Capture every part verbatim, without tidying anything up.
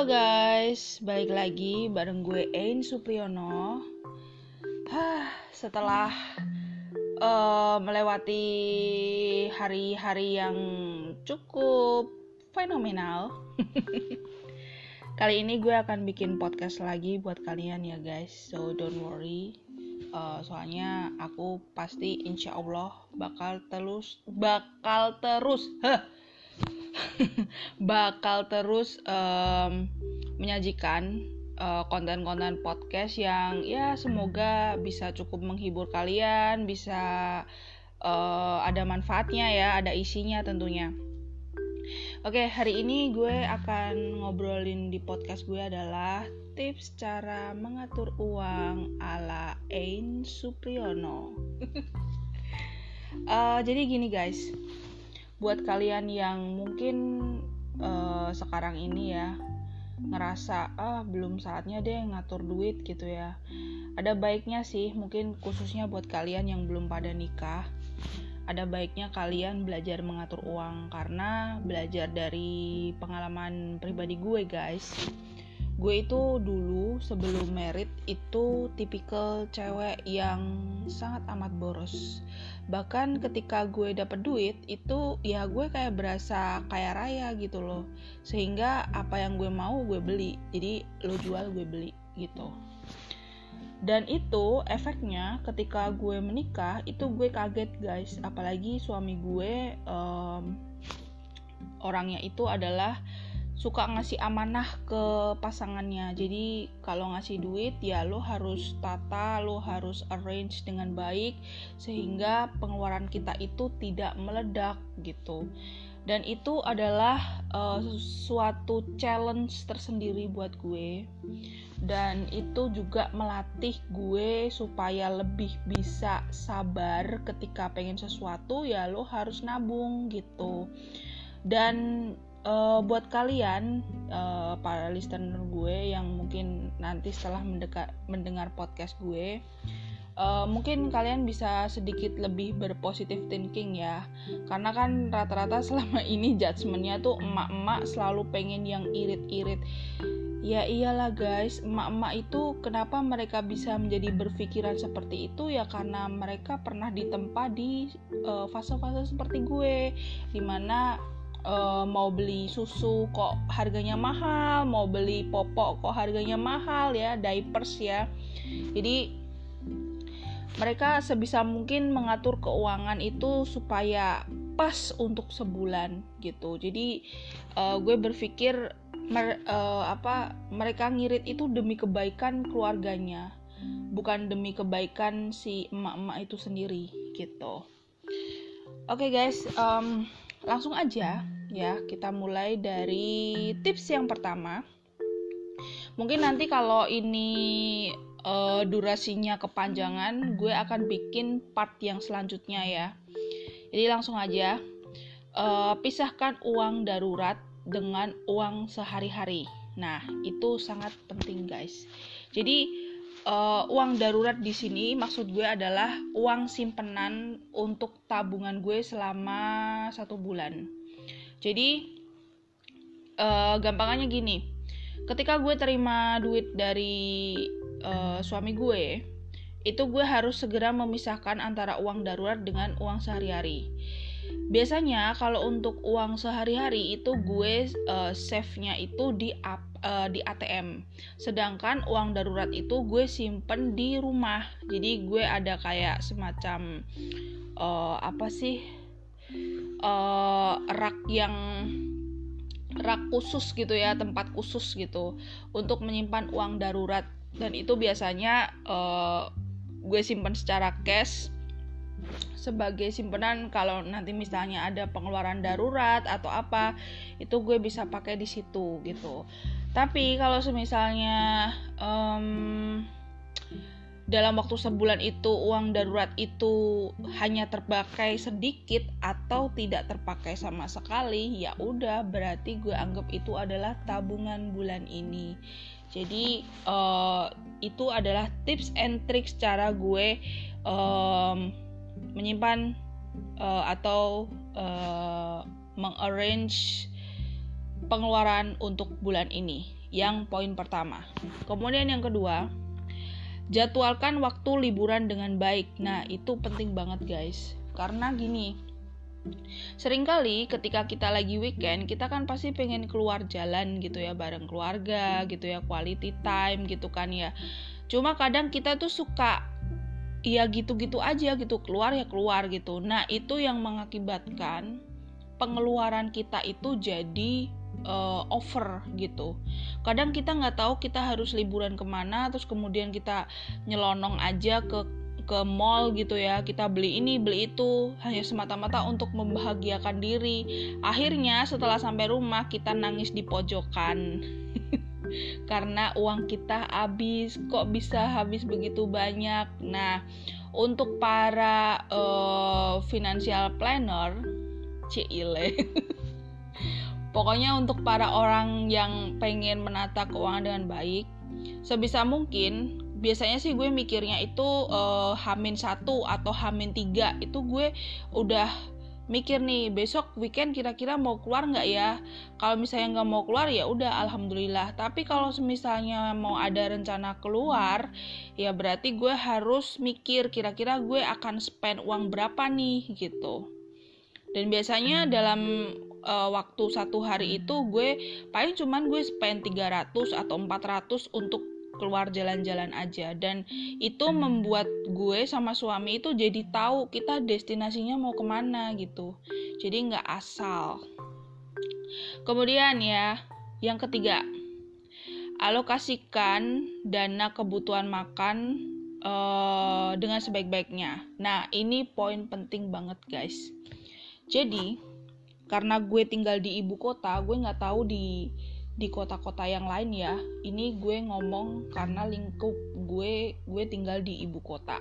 Halo guys, balik lagi bareng gue Ain Supriyono. Hah, setelah uh, melewati hari-hari yang cukup fenomenal, kali ini gue akan bikin podcast lagi buat kalian ya guys. So don't worry, uh, soalnya aku pasti insya Allah bakal terus, bakal terus, huh. bakal terus um, menyajikan uh, konten-konten podcast yang ya semoga bisa cukup menghibur kalian, bisa uh, ada manfaatnya ya, ada isinya tentunya. Oke, hari ini gue akan ngobrolin di podcast gue adalah tips cara mengatur uang ala Ain Supriyono. uh, jadi gini guys, buat kalian yang mungkin uh, sekarang ini ya ngerasa ah belum saatnya deh ngatur duit gitu ya, ada baiknya sih, mungkin khususnya buat kalian yang belum pada nikah, ada baiknya kalian belajar mengatur uang. Karena belajar dari pengalaman pribadi gue guys, gue itu dulu sebelum merit itu tipikal cewek yang sangat amat boros. Bahkan ketika gue dapet duit itu ya gue kayak berasa kaya raya gitu loh, sehingga apa yang gue mau gue beli, jadi lo jual gue beli gitu. Dan itu efeknya ketika gue menikah itu gue kaget guys, apalagi suami gue um, orangnya itu adalah suka ngasih amanah ke pasangannya. Jadi kalau ngasih duit ya lo harus tata, lo harus arrange dengan baik sehingga pengeluaran kita itu tidak meledak gitu. Dan itu adalah uh, suatu challenge tersendiri buat gue. Dan itu juga melatih gue supaya lebih bisa sabar ketika pengen sesuatu, ya lo harus nabung gitu. Dan Uh, buat kalian uh, para listener gue yang mungkin nanti setelah mendeka- mendengar podcast gue, uh, mungkin kalian bisa sedikit lebih berpositif thinking ya, karena kan rata-rata selama ini judgementnya tuh emak-emak selalu pengen yang irit-irit. Ya iyalah guys, emak-emak itu kenapa mereka bisa menjadi berpikiran seperti itu ya karena mereka pernah ditempa di uh, fase-fase seperti gue, dimana Uh, mau beli susu kok harganya mahal, mau beli popok kok harganya mahal ya, diapers ya. Jadi mereka sebisa mungkin mengatur keuangan itu supaya pas untuk sebulan gitu. Jadi uh, gue berpikir mer- uh, apa mereka ngirit itu demi kebaikan keluarganya, bukan demi kebaikan si emak-emak itu sendiri gitu. Oke okay guys, um, langsung aja ya, kita mulai dari tips yang pertama. Mungkin nanti kalau ini uh, durasinya kepanjangan, gue akan bikin part yang selanjutnya ya. Jadi langsung aja, uh, pisahkan uang darurat dengan uang sehari-hari. Nah, itu sangat penting guys. Jadi uh, uang darurat di sini maksud gue adalah uang simpenan untuk tabungan gue selama satu bulan. Jadi uh, gampangannya gini, ketika gue terima duit dari uh, suami gue, itu gue harus segera memisahkan antara uang darurat dengan uang sehari-hari. Biasanya kalau untuk uang sehari-hari itu gue uh, save-nya itu di uh, di A T M, sedangkan uang darurat itu gue simpen di rumah. Jadi gue ada kayak semacam uh, apa sih uh, rak yang rak khusus gitu ya, tempat khusus gitu untuk menyimpan uang darurat. Dan itu biasanya uh, gue simpan secara cash sebagai simpenan kalau nanti misalnya ada pengeluaran darurat atau apa, itu gue bisa pakai di situ gitu. Tapi kalau semisalnya um, dalam waktu sebulan itu uang darurat itu hanya terpakai sedikit atau tidak terpakai sama sekali, ya udah berarti gue anggap itu adalah tabungan bulan ini. Jadi uh, itu adalah tips and tricks cara gue um, menyimpan uh, atau uh, mengarrange pengeluaran untuk bulan ini yang poin pertama. Kemudian yang kedua, jadwalkan waktu liburan dengan baik. Nah, itu penting banget guys. Karena gini, seringkali ketika kita lagi weekend, kita kan pasti pengen keluar jalan gitu ya, bareng keluarga gitu ya, quality time gitu kan ya. Cuma kadang kita tuh suka ya gitu-gitu aja gitu, keluar ya keluar gitu. Nah, itu yang mengakibatkan pengeluaran kita itu jadi uh, over gitu. Kadang kita nggak tahu kita harus liburan kemana, terus kemudian kita nyelonong aja ke ke mall gitu ya, kita beli ini beli itu hanya semata-mata untuk membahagiakan diri. Akhirnya setelah sampai rumah kita nangis di pojokan karena uang kita habis. Kok bisa habis begitu banyak? Nah, untuk para uh, financial planner, cile pokoknya untuk para orang yang pengen menata keuangan dengan baik, sebisa mungkin, biasanya sih gue mikirnya itu uh, H minus satu atau H minus tiga itu gue udah mikir nih, besok weekend kira-kira mau keluar nggak ya. Kalau misalnya nggak mau keluar ya udah alhamdulillah. Tapi kalau misalnya mau ada rencana keluar, ya berarti gue harus mikir kira-kira gue akan spend uang berapa nih gitu. Dan biasanya dalam uh, waktu satu hari itu gue paling cuman gue spend tiga ratus atau empat ratus untuk keluar jalan-jalan aja. Dan itu membuat gue sama suami itu jadi tahu kita destinasinya mau kemana gitu. Jadi gak asal. Kemudian ya, yang ketiga, alokasikan dana kebutuhan makan uh, dengan sebaik-baiknya. Nah, ini poin penting banget guys. Jadi, karena gue tinggal di ibu kota, gue nggak tahu di di kota-kota yang lain ya. Ini gue ngomong karena lingkup gue gue tinggal di ibu kota.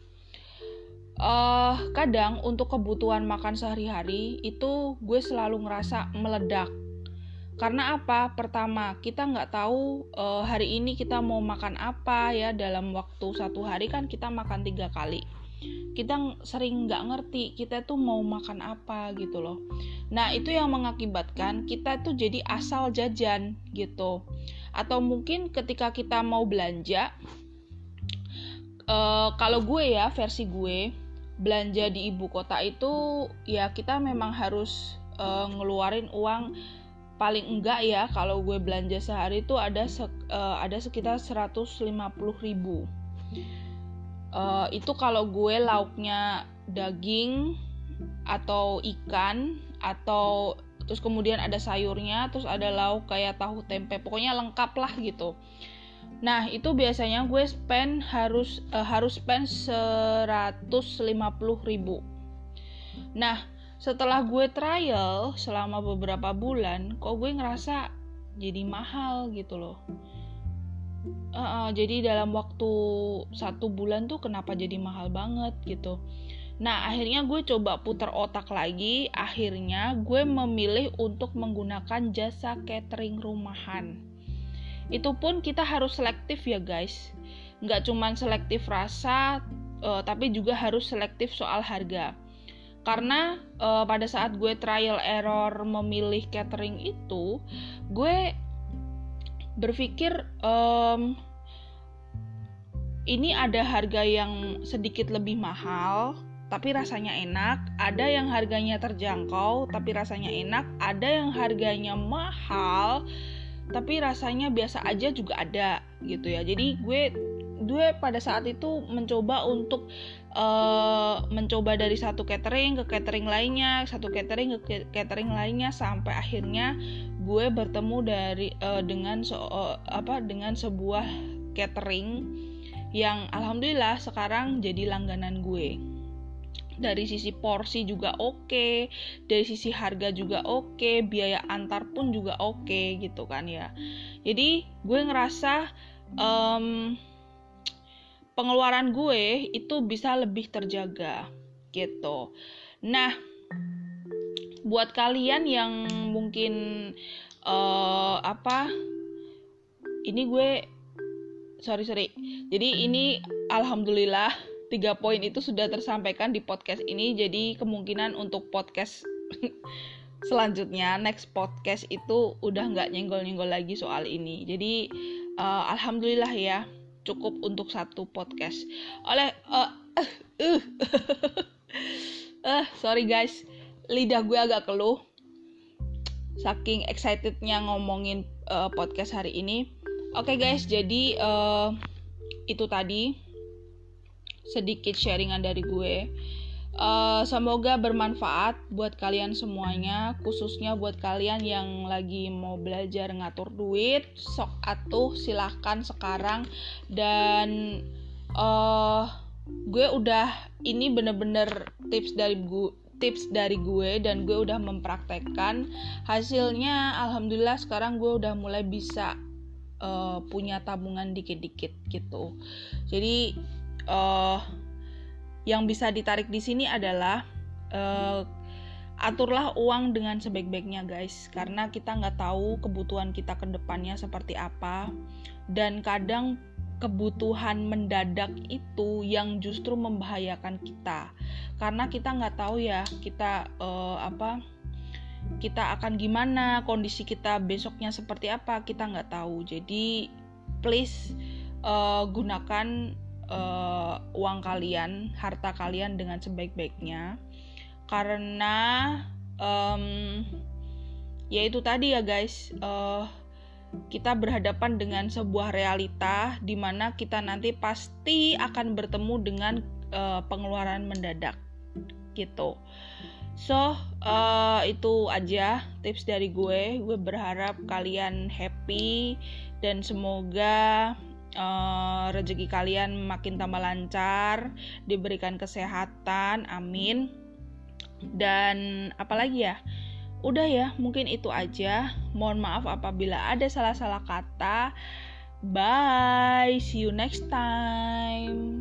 Uh, kadang untuk kebutuhan makan sehari-hari itu gue selalu ngerasa meledak. Karena apa? Pertama, kita nggak tahu uh, hari ini kita mau makan apa ya. Dalam waktu satu hari kan kita makan tiga kali. Kita sering nggak ngerti kita tuh mau makan apa gitu loh. Nah, itu yang mengakibatkan kita tuh jadi asal jajan gitu. Atau mungkin ketika kita mau belanja, uh, kalau gue ya, versi gue, belanja di ibu kota itu ya kita memang harus uh, ngeluarin uang paling enggak ya, kalau gue belanja sehari itu ada sek- uh, ada sekitar seratus lima puluh ribu. Uh, itu kalau gue lauknya daging atau ikan atau terus kemudian ada sayurnya, terus ada lauk kayak tahu tempe, pokoknya lengkap lah gitu. Nah, itu biasanya gue spend harus uh, harus spend seratus lima puluh ribu. Nah, setelah gue trial selama beberapa bulan, kok gue ngerasa jadi mahal gitu loh. Uh, uh, jadi dalam waktu satu bulan tuh kenapa jadi mahal banget gitu. Nah, akhirnya gue coba putar otak lagi. Akhirnya gue memilih untuk menggunakan jasa catering rumahan. Itu pun kita harus selektif ya guys. Nggak cuman selektif rasa, uh, tapi juga harus selektif soal harga. Karena uh, pada saat gue trial error memilih catering itu, gue berpikir um, ini ada harga yang sedikit lebih mahal tapi rasanya enak, ada yang harganya terjangkau tapi rasanya enak, ada yang harganya mahal tapi rasanya biasa aja juga ada gitu ya. Jadi gue gue pada saat itu mencoba untuk uh, mencoba dari satu catering ke catering lainnya, satu catering ke catering lainnya sampai akhirnya gue bertemu dari uh, dengan so, uh, apa dengan sebuah catering yang alhamdulillah sekarang jadi langganan gue. Dari sisi porsi juga oke, okay, dari sisi harga juga oke, okay, biaya antar pun juga oke okay, gitu kan ya. Jadi gue ngerasa um, pengeluaran gue itu bisa lebih terjaga gitu. Nah, buat kalian yang mungkin uh, apa ini gue sorry sorry jadi ini alhamdulillah tiga poin itu sudah tersampaikan di podcast ini. Jadi kemungkinan untuk podcast selanjutnya next podcast itu udah nggak nyenggol-nyenggol lagi soal ini. Jadi uh, alhamdulillah ya, cukup untuk satu podcast. Oleh uh, uh, uh. uh, sorry guys, lidah gue agak keluh saking excitednya ngomongin uh, podcast hari ini. Oke okay guys, jadi uh, itu tadi sedikit sharingan dari gue. Uh, semoga bermanfaat buat kalian semuanya, khususnya buat kalian yang lagi mau belajar ngatur duit. Sok atuh silahkan sekarang. Dan uh, gue udah, ini bener-bener tips dari gue tips dari gue dan gue udah mempraktekkan. Hasilnya alhamdulillah sekarang gue udah mulai bisa uh, punya tabungan dikit-dikit gitu. Jadi uh, yang bisa ditarik di sini adalah uh, aturlah uang dengan sebaik-baiknya guys, karena kita nggak tahu kebutuhan kita ke depannya seperti apa, dan kadang kebutuhan mendadak itu yang justru membahayakan kita, karena kita nggak tahu ya kita uh, apa kita akan gimana, kondisi kita besoknya seperti apa, kita nggak tahu. Jadi please uh, gunakan Uh, uang kalian, harta kalian dengan sebaik-baiknya, karena um, ya itu tadi ya guys, uh, kita berhadapan dengan sebuah realita di mana kita nanti pasti akan bertemu dengan uh, pengeluaran mendadak gitu. So uh, itu aja tips dari gue. Gue berharap kalian happy dan semoga Uh, rezeki kalian makin tambah lancar, diberikan kesehatan, amin. Dan apalagi ya, udah ya, mungkin itu aja. Mohon maaf apabila ada salah-salah kata. Bye, see you next time.